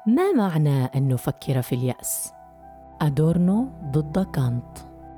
ما معنى أن نفكر في اليأس؟ أدورنو ضد كانت.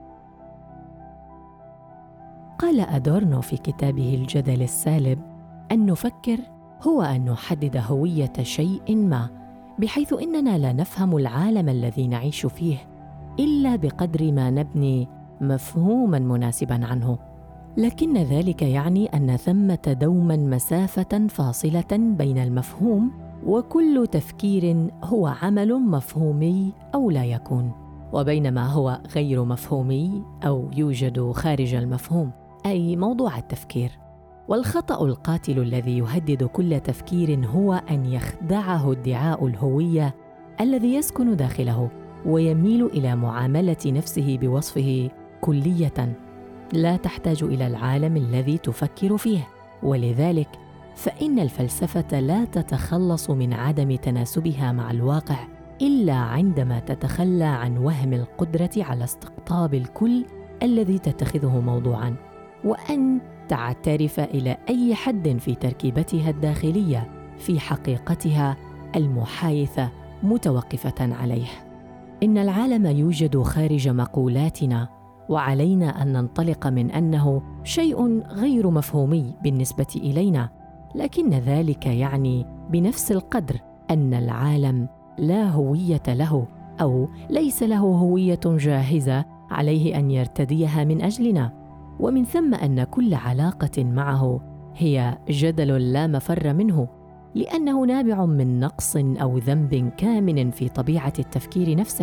قال أدورنو في كتابه الجدل السالب: أن نفكر هو أن نحدد هوية شيء ما، بحيث إننا لا نفهم العالم الذي نعيش فيه إلا بقدر ما نبني مفهوماً مناسباً عنه، لكن ذلك يعني أن ثمة دوماً مسافة فاصلة بين المفهوم وكل تفكير هو عمل مفهومي أو لا يكون، وبين ما هو غير مفهومي أو يوجد خارج المفهوم، أي موضوع التفكير. والخطأ القاتل الذي يهدد كل تفكير هو أن يخدعه ادعاء الهوية الذي يسكن داخله ويميل إلى معاملة نفسه بوصفه كلية لا تحتاج إلى العالم الذي تفكر فيه. ولذلك فإن الفلسفة لا تتخلص من عدم تناسبها مع الواقع إلا عندما تتخلى عن وهم القدرة على استقطاب الكل الذي تتخذه موضوعاً، وأن تعترف إلى أي حد في تركيبتها الداخلية في حقيقتها المحايثة متوقفة عليه. إن العالم يوجد خارج مقولاتنا، وعلينا أن ننطلق من أنه شيء غير مفهومي بالنسبة إلينا، لكن ذلك يعني بنفس القدر أن العالم لا هوية له، أو ليس له هوية جاهزة عليه أن يرتديها من أجلنا. ومن ثم أن كل علاقة معه هي جدل لا مفر منه، لأنه نابع من نقص أو ذنب كامن في طبيعة التفكير نفسه.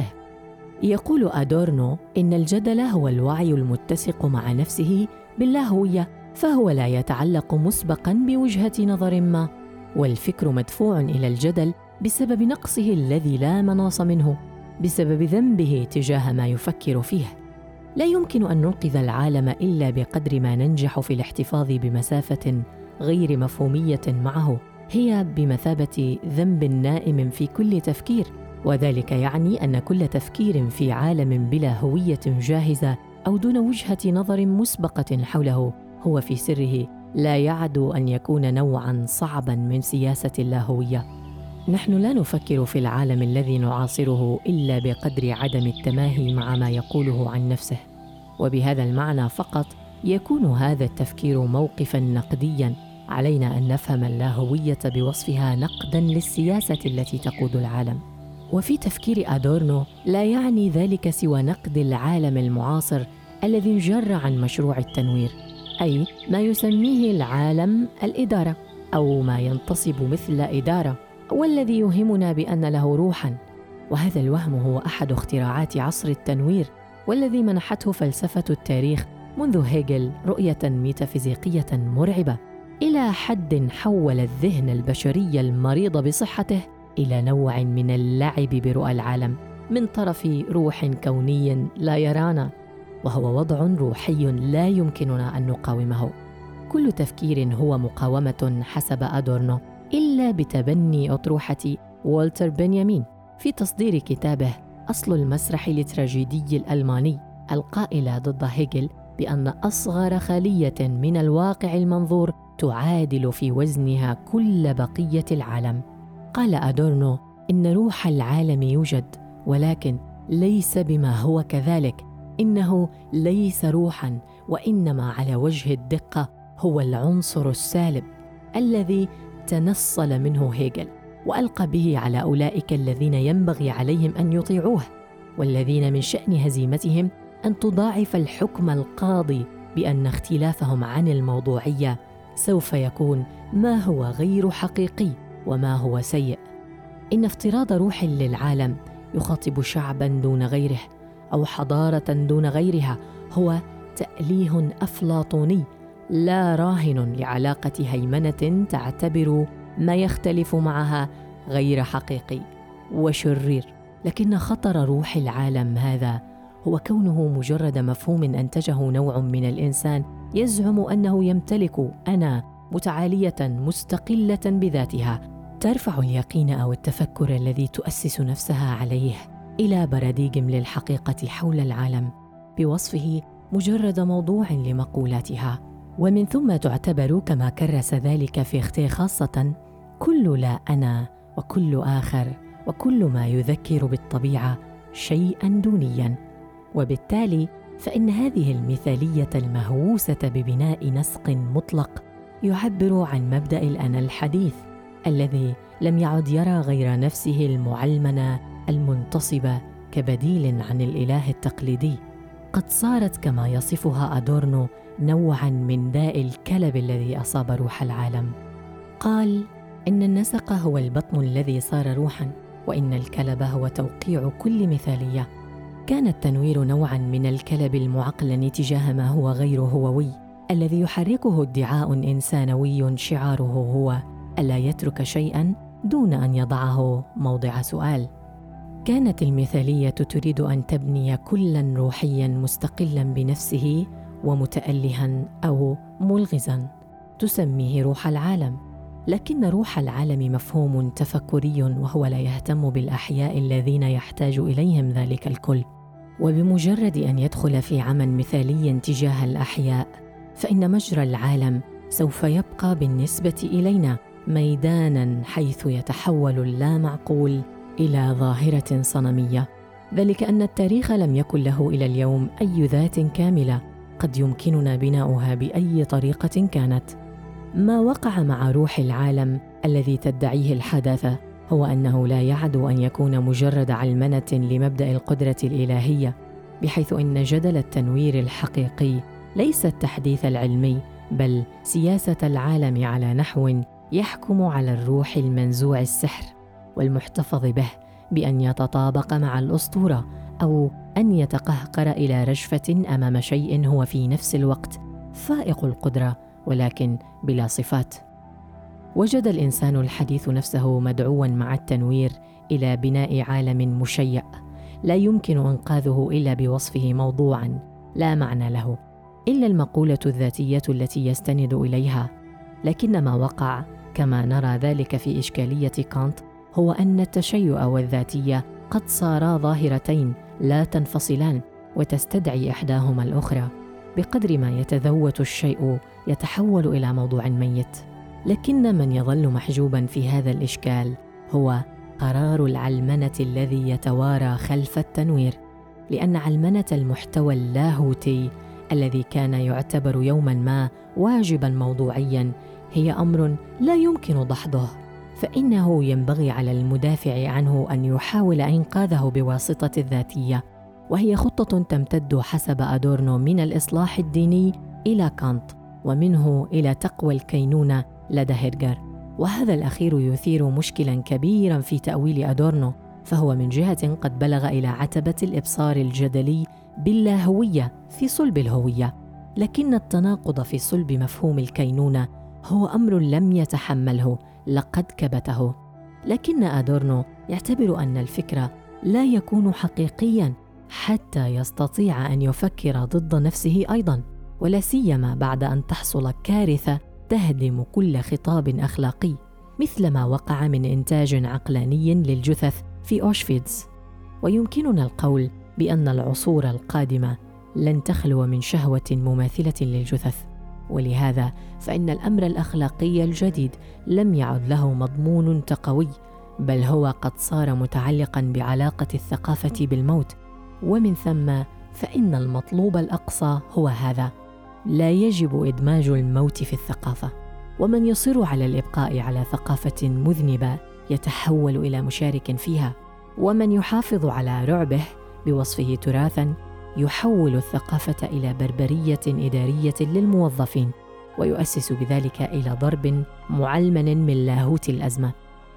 يقول أدورنو إن الجدل هو الوعي المتسق مع نفسه باللاهوية، فهو لا يتعلق مسبقاً بوجهة نظر ما، والفكر مدفوع إلى الجدل بسبب نقصه الذي لا مناص منه، بسبب ذنبه تجاه ما يفكر فيه. لا يمكن أن ننقذ العالم إلا بقدر ما ننجح في الاحتفاظ بمسافة غير مفهومية معه، هي بمثابة ذنب نائم في كل تفكير، وذلك يعني أن كل تفكير في عالم بلا هوية جاهزة أو دون وجهة نظر مسبقة حوله هو في سره لا يعدو أن يكون نوعاً صعباً من سياسة اللاهوية. نحن لا نفكر في العالم الذي نعاصره إلا بقدر عدم التماهي مع ما يقوله عن نفسه، وبهذا المعنى فقط يكون هذا التفكير موقفاً نقدياً. علينا أن نفهم اللاهوية بوصفها نقداً للسياسة التي تقود العالم. وفي تفكير أدورنو لا يعني ذلك سوى نقد العالم المعاصر الذي انجر عن مشروع التنوير، أي ما يسميه العالم الإدارة، أو ما ينتصب مثل إدارة، والذي يوهمنا بأن له روحاً. وهذا الوهم هو أحد اختراعات عصر التنوير، والذي منحته فلسفة التاريخ منذ هيجل رؤية ميتافيزيقية مرعبة، إلى حد حول الذهن البشري المريض بصحته إلى نوع من اللعب برؤى العالم من طرف روح كوني لا يرانا، وهو وضع روحي لا يمكننا أن نقاومه. كل تفكير هو مقاومة حسب أدورنو، إلا بتبني أطروحة والتر بنيامين في تصدير كتابه أصل المسرح التراجيدي الألماني، القائلة ضد هيجل بأن أصغر خلية من الواقع المنظور تعادل في وزنها كل بقية العالم. قال أدورنو إن روح العالم يوجد، ولكن ليس بما هو كذلك. إنه ليس روحاً، وإنما على وجه الدقة هو العنصر السالب الذي تنصل منه هيجل وألقى به على أولئك الذين ينبغي عليهم أن يطيعوه، والذين من شأن هزيمتهم أن تضاعف الحكم القاضي بأن اختلافهم عن الموضوعية سوف يكون ما هو غير حقيقي وما هو سيء. إن افتراض روح للعالم يخاطب شعباً دون غيره أو حضارة دون غيرها هو تأليه أفلاطوني لا راهن لعلاقة هيمنة تعتبر ما يختلف معها غير حقيقي وشرير. لكن خطر روح العالم هذا هو كونه مجرد مفهوم أنتجه نوع من الإنسان يزعم أنه يمتلك أنا متعالية مستقلة بذاتها، ترفع اليقين أو التفكر الذي تؤسس نفسها عليه إلى براديجم للحقيقة حول العالم بوصفه مجرد موضوع لمقولاتها، ومن ثم تعتبر كما كرس ذلك في اختي خاصة كل لا أنا وكل آخر وكل ما يذكر بالطبيعة شيئاً دونياً. وبالتالي فإن هذه المثالية المهووسة ببناء نسق مطلق يعبر عن مبدأ الأنا الحديث الذي لم يعد يرى غير نفسه المعلمنة المنتصبة كبديل عن الإله التقليدي. قد صارت كما يصفها أدورنو نوعاً من داء الكلب الذي أصاب روح العالم. قال إن النسق هو البطن الذي صار روحاً، وإن الكلب هو توقيع كل مثالية. كان التنوير نوعاً من الكلب المعقلن تجاه ما هو غير هووي، الذي يحركه ادعاء إنسانوي شعاره هو ألا يترك شيئاً دون أن يضعه موضع سؤال. كانت المثالية تريد أن تبني كلاً روحياً مستقلاً بنفسه ومتألها أو ملغزاً، تسميه روح العالم. لكن روح العالم مفهوم تفكري، وهو لا يهتم بالأحياء الذين يحتاج إليهم ذلك الكل. وبمجرد أن يدخل في عمى مثالي تجاه الأحياء، فإن مجرى العالم سوف يبقى بالنسبة إلينا ميداناً حيث يتحول اللامعقول إلى ظاهرة صنمية. ذلك أن التاريخ لم يكن له إلى اليوم أي ذات كاملة قد يمكننا بناؤها بأي طريقة كانت. ما وقع مع روح العالم الذي تدعيه الحداثة هو أنه لا يعدو أن يكون مجرد علمنة لمبدأ القدرة الإلهية، بحيث إن جدل التنوير الحقيقي ليس التحديث العلمي، بل سياسة العالم على نحو يحكم على الروح المنزوع السحر والمحتفظ به بأن يتطابق مع الأسطورة، أو أن يتقهقر إلى رجفة أمام شيء هو في نفس الوقت فائق القدرة ولكن بلا صفات. وجد الإنسان الحديث نفسه مدعواً مع التنوير إلى بناء عالم مشيع لا يمكن إنقاذه إلا بوصفه موضوعاً لا معنى له إلا المقولة الذاتية التي يستند إليها. لكن ما وقع كما نرى ذلك في إشكالية كانت هو أن التشيع والذاتية قد صارا ظاهرتين لا تنفصلان، وتستدعي إحداهما الأخرى. بقدر ما يتذوت الشيء يتحول إلى موضوع ميت. لكن من يظل محجوباً في هذا الإشكال هو قرار العلمنة الذي يتوارى خلف التنوير، لأن علمنة المحتوى اللاهوتي الذي كان يعتبر يوماً ما واجباً موضوعياً هي أمر لا يمكن دحضه، فإنه ينبغي على المدافع عنه أن يحاول إنقاذه بواسطة الذاتية، وهي خطة تمتد حسب أدورنو من الإصلاح الديني إلى كانت، ومنه إلى تقوى الكينونة لدى هيدغر. وهذا الأخير يثير مشكلاً كبيراً في تأويل أدورنو، فهو من جهة قد بلغ إلى عتبة الإبصار الجدلي باللاهوية في صلب الهوية، لكن التناقض في صلب مفهوم الكينونة هو أمر لم يتحمله لقد كبته. لكن أدورنو يعتبر أن الفكر لا يكون حقيقياً حتى يستطيع أن يفكر ضد نفسه أيضاً، ولا سيما بعد أن تحصل كارثة تهدم كل خطاب أخلاقي، مثل ما وقع من إنتاج عقلاني للجثث في أوشفيتز. ويمكننا القول بأن العصور القادمة لن تخلو من شهوة مماثلة للجثث، ولهذا فإن الأمر الأخلاقي الجديد لم يعد له مضمون تقوي، بل هو قد صار متعلقاً بعلاقة الثقافة بالموت. ومن ثم فإن المطلوب الأقصى هو هذا: لا يجب إدماج الموت في الثقافة، ومن يصر على الإبقاء على ثقافة مذنبة يتحول إلى مشارك فيها، ومن يحافظ على رعبه بوصفه تراثاً يحول الثقافة إلى بربرية إدارية للموظفين، ويؤسس بذلك إلى ضرب معلمن من لاهوت الأزمة،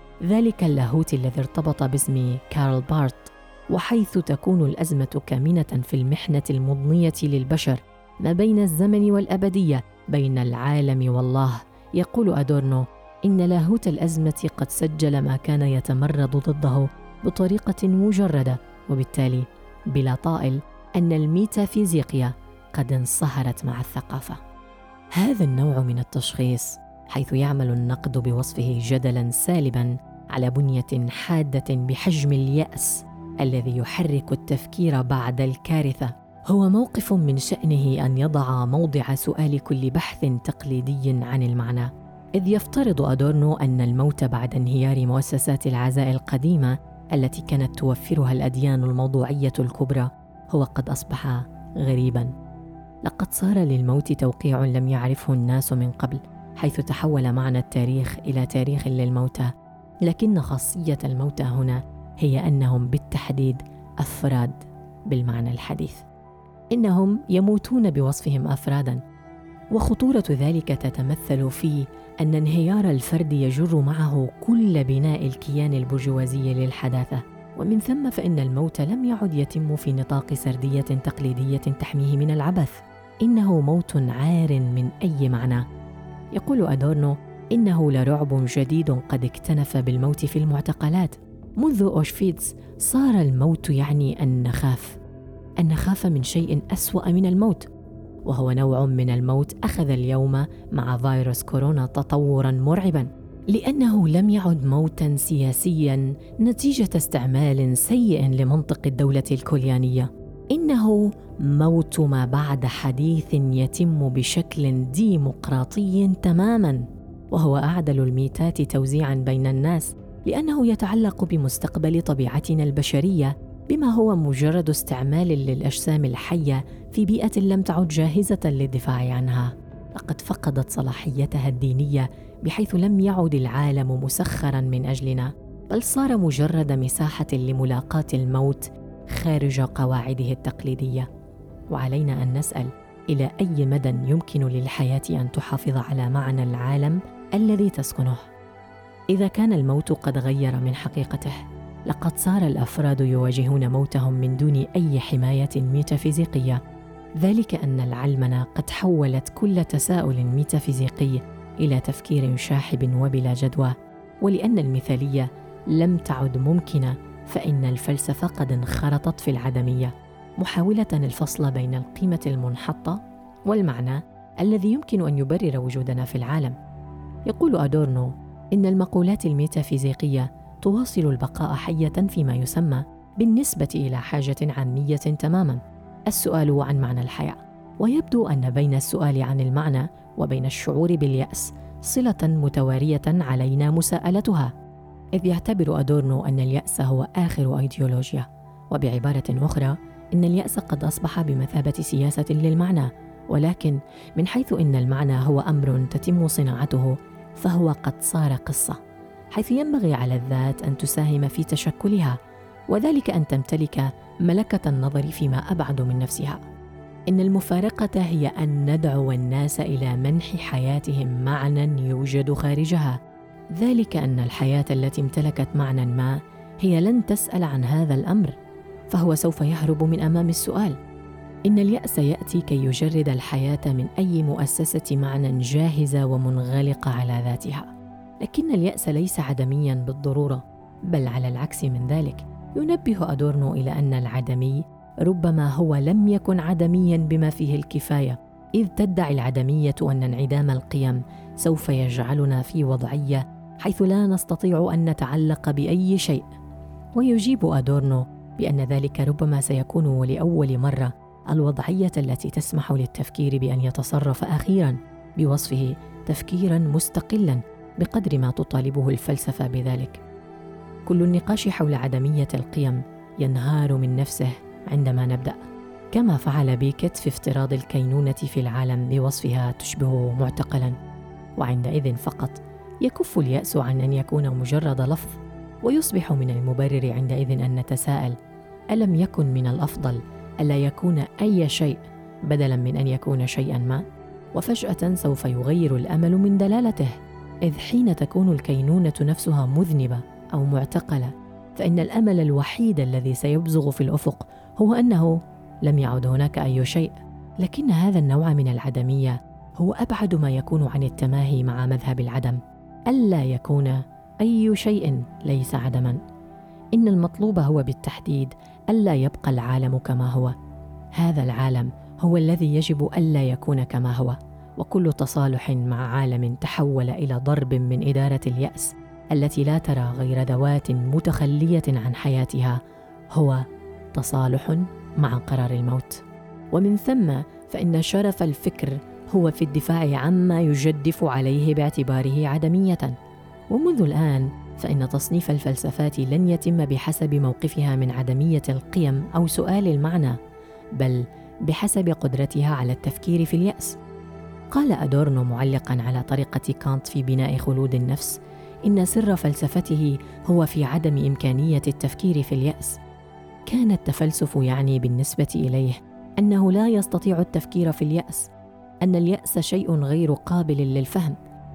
ذلك اللاهوت الذي ارتبط باسم كارل بارت، وحيث تكون الأزمة كامنة في المحنة المضنية للبشر ما بين الزمن والأبدية، بين العالم والله. يقول أدورنو إن لاهوت الأزمة قد سجل ما كان يتمرد ضده بطريقة مجردة، وبالتالي بلا طائل، أن الميتافيزيقيا قد انصهرت مع الثقافة. هذا النوع من التشخيص، حيث يعمل النقد بوصفه جدلاً سالباً على بنية حادة بحجم اليأس الذي يحرك التفكير بعد الكارثة، هو موقف من شأنه أن يضع موضع سؤال كل بحث تقليدي عن المعنى، إذ يفترض أدورنو أن الموت بعد انهيار مؤسسات العزاء القديمة التي كانت توفرها الأديان الموضوعية الكبرى هو قد أصبح غريباً. لقد صار للموت توقيع لم يعرفه الناس من قبل، حيث تحول معنى التاريخ إلى تاريخ للموتى. لكن خاصية الموتى هنا هي أنهم بالتحديد أفراد بالمعنى الحديث، إنهم يموتون بوصفهم أفراداً. وخطورة ذلك تتمثل في أن انهيار الفرد يجر معه كل بناء الكيان البرجوازي للحداثة، ومن ثم فإن الموت لم يعد يتم في نطاق سردية تقليدية تحميه من العبث، إنه موت عار من أي معنى. يقول أدورنو إنه لرعب جديد قد اكتنف بالموت في المعتقلات. منذ أوشفيتس صار الموت يعني أن نخاف من شيء أسوأ من الموت، وهو نوع من الموت أخذ اليوم مع فيروس كورونا تطوراً مرعباً، لأنه لم يعد موتاً سياسياً نتيجة استعمال سيء لمنطق الدولة الكوليانية، إنه موت ما بعد حديث يتم بشكل ديمقراطي تماماً، وهو أعدل الميتات توزيعاً بين الناس، لأنه يتعلق بمستقبل طبيعتنا البشرية، بما هو مجرد استعمال للأجسام الحية في بيئة لم تعد جاهزة للدفاع عنها. لقد فقدت صلاحيتها الدينية، بحيث لم يعد العالم مسخراً من أجلنا، بل صار مجرد مساحة لملاقاة الموت خارج قواعده التقليدية. وعلينا أن نسأل إلى أي مدى يمكن للحياة أن تحافظ على معنى العالم الذي تسكنه. إذا كان الموت قد غير من حقيقته، لقد صار الأفراد يواجهون موتهم من دون أي حماية ميتافيزيقية. ذلك أن العلمنة قد حولت كل تساؤل ميتافيزيقي إلى تفكير شاحب وبلا جدوى، ولأن المثالية لم تعد ممكنة، فإن الفلسفة قد انخرطت في العدمية، محاولة الفصل بين القيمة المنحطة والمعنى الذي يمكن أن يبرر وجودنا في العالم. يقول أدورنو إن المقولات الميتافيزيقية تواصل البقاء حية فيما يسمى بالنسبة إلى حاجة عامية تماماً، السؤال عن معنى الحياة. ويبدو أن بين السؤال عن المعنى وبين الشعور باليأس صلة متوارية علينا مساءلتها، إذ يعتبر أدورنو أن اليأس هو آخر أيديولوجيا. وبعبارة أخرى، إن اليأس قد أصبح بمثابة سياسة للمعنى، ولكن من حيث إن المعنى هو أمر تتم صناعته، فهو قد صار قصة، حيث ينبغي على الذات أن تساهم في تشكلها، وذلك أن تمتلك ملكة النظر فيما أبعد من نفسها. إن المفارقة هي أن ندعو الناس إلى منح حياتهم معنى يوجد خارجها، ذلك أن الحياة التي امتلكت معنى ما هي لن تسأل عن هذا الأمر، فهو سوف يهرب من أمام السؤال. إن اليأس يأتي كي يجرد الحياة من أي مؤسسة معنى جاهزة ومنغلقة على ذاتها. لكن اليأس ليس عدمياً بالضرورة، بل على العكس من ذلك. ينبه أدورنو إلى أن العدمي ربما هو لم يكن عدمياً بما فيه الكفاية، إذ تدعي العدمية أن انعدام القيم سوف يجعلنا في وضعية حيث لا نستطيع أن نتعلق بأي شيء. ويجيب أدورنو بأن ذلك ربما سيكون لأول مرة الوضعية التي تسمح للتفكير بأن يتصرف أخيراً بوصفه تفكيراً مستقلاً بقدر ما تطالبه الفلسفة بذلك. كل النقاش حول عدمية القيم ينهار من نفسه عندما نبدأ، كما فعل بيكت في افتراض الكينونة في العالم بوصفها تشبه معتقلاً. وعندئذ فقط يكف اليأس عن أن يكون مجرد لفظ، ويصبح من المبرر عندئذ أن نتساءل: ألم يكن من الأفضل ألا يكون أي شيء بدلاً من أن يكون شيئاً ما؟ وفجأة سوف يغير الأمل من دلالته، إذ حين تكون الكينونة نفسها مذنبة أو معتقلة، فإن الأمل الوحيد الذي سيبزغ في الأفق هو أنه لم يعد هناك أي شيء. لكن هذا النوع من العدمية هو أبعد ما يكون عن التماهي مع مذهب العدم، ألا يكون أي شيء ليس عدماً. إن المطلوب هو بالتحديد ألا يبقى العالم كما هو. هذا العالم هو الذي يجب ألا يكون كما هو، وكل تصالح مع عالم تحول إلى ضرب من إدارة اليأس التي لا ترى غير ذوات متخلية عن حياتها هو تصالح مع قرار الموت. ومن ثم فإن شرف الفكر هو في الدفاع عما يجدف عليه باعتباره عدمية. ومنذ الآن فإن تصنيف الفلسفات لن يتم بحسب موقفها من عدمية القيم أو سؤال المعنى، بل بحسب قدرتها على التفكير في اليأس. قال أدورنو معلقاً على طريقة كانت في بناء خلود النفس: إن سر فلسفته هو في عدم إمكانية التفكير في اليأس. كان التفلسف يعني بالنسبة إليه أنه لا يستطيع التفكير في اليأس، أن اليأس شيء غير قابل للفهم،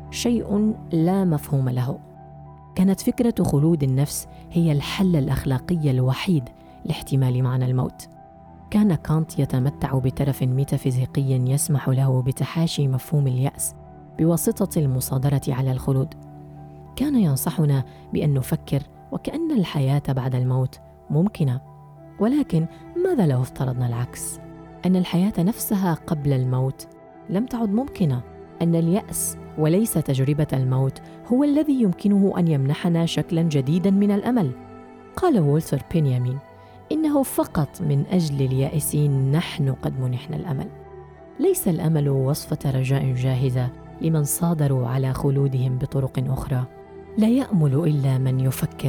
شيء لا مفهوم له. كانت فكرة خلود النفس هي الحل الأخلاقي الوحيد لاحتمال معنى الموت. كان كانت يتمتع بترف ميتافيزيقي يسمح له بتحاشي مفهوم اليأس بواسطة المصادرة على الخلود. كان ينصحنا بأن نفكر وكأن الحياة بعد الموت ممكنة. ولكن ماذا لو افترضنا العكس؟ أن الحياة نفسها قبل الموت لم تعد ممكنة، أن اليأس وليس تجربة الموت هو الذي يمكنه أن يمنحنا شكلاً جديداً من الأمل. قال والتر بنيامين: إنه فقط من أجل اليائسين نحن قد منحنا الأمل. ليس الأمل وصفة رجاء جاهزة لمن صادروا على خلودهم بطرق أخرى. لا يأمل إلا من يفكر،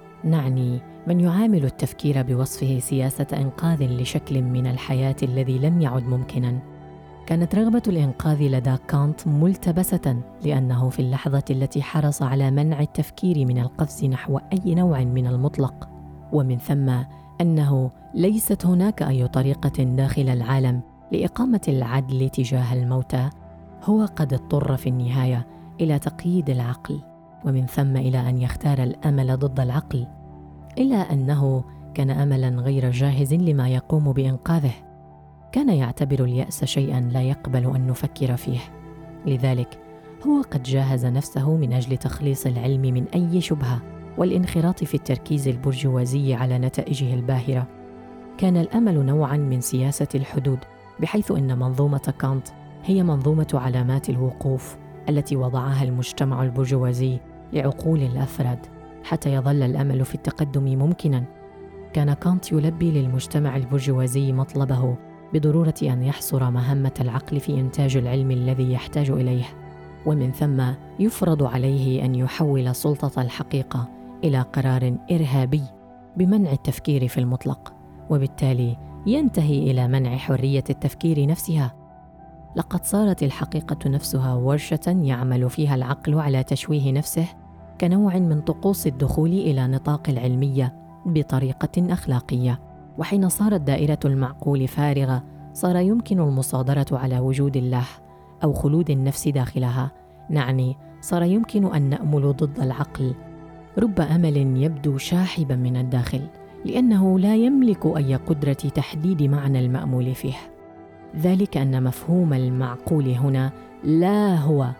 نعني من يعامل التفكير بوصفه سياسة إنقاذ لشكل من الحياة الذي لم يعد ممكناً. كانت رغبة الإنقاذ لدى كانت ملتبسة، لأنه في اللحظة التي حرص على منع التفكير من القفز نحو أي نوع من المطلق، ومن ثم أنه ليست هناك أي طريقة داخل العالم لإقامة العدل تجاه الموتى، هو قد اضطر في النهاية إلى تقييد العقل، ومن ثم إلى أن يختار الأمل ضد العقل، إلا أنه كان أملاً غير جاهز لما يقوم بإنقاذه. كان يعتبر اليأس شيئاً لا يقبل أن نفكر فيه، لذلك هو قد جاهز نفسه من أجل تخليص العلم من أي شبهة والانخراط في التركيز البرجوازي على نتائجه الباهرة. كان الأمل نوعاً من سياسة الحدود، بحيث أن منظومة كانت هي منظومة علامات الوقوف التي وضعها المجتمع البرجوازي لعقول الأفراد حتى يظل الأمل في التقدم ممكناً. كان كانت يلبي للمجتمع البرجوازي مطلبه بضرورة أن يحصر مهمة العقل في إنتاج العلم الذي يحتاج إليه، ومن ثم يفرض عليه أن يحول سلطة الحقيقة إلى قرار إرهابي بمنع التفكير في المطلق، وبالتالي ينتهي إلى منع حرية التفكير نفسها. لقد صارت الحقيقة نفسها ورشة يعمل فيها العقل على تشويه نفسه، كنوع من طقوس الدخول إلى نطاق العلمية بطريقة أخلاقية. وحين صارت دائرة المعقول فارغة، صار يمكن المصادرة على وجود الله أو خلود النفس داخلها، نعني صار يمكن أن نأمل ضد العقل. رب أمل يبدو شاحبا من الداخل، لأنه لا يملك أي قدرة تحديد معنى المأمول فيه. ذلك أن مفهوم المعقول هنا لا هو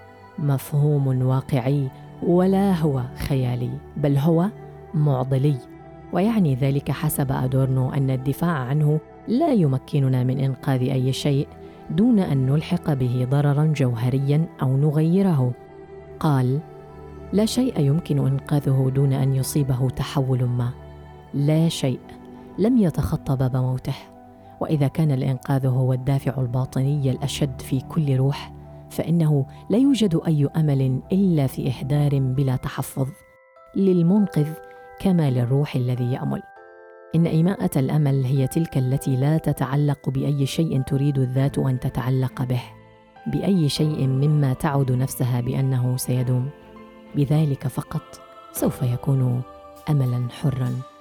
مفهوم واقعي ولا هو خيالي، بل هو معضلي. ويعني ذلك حسب أدورنو أن الدفاع عنه لا يمكننا من إنقاذ أي شيء دون أن نلحق به ضرراً جوهرياً أو نغيره. قال: لا شيء يمكن إنقاذه دون أن يصيبه تحول ما. لا شيء لم يتخطى باب موته. وإذا كان الإنقاذ هو الدافع الباطني الأشد في كل روح، فإنه لا يوجد أي أمل إلا في إحضار بلا تحفظ للمنقذ كما للروح الذي يأمل. إن إيماءة الأمل هي تلك التي لا تتعلق بأي شيء تريد الذات أن تتعلق به، بأي شيء مما تعد نفسها بأنه سيدوم. بذلك فقط سوف يكون أملاً حراً.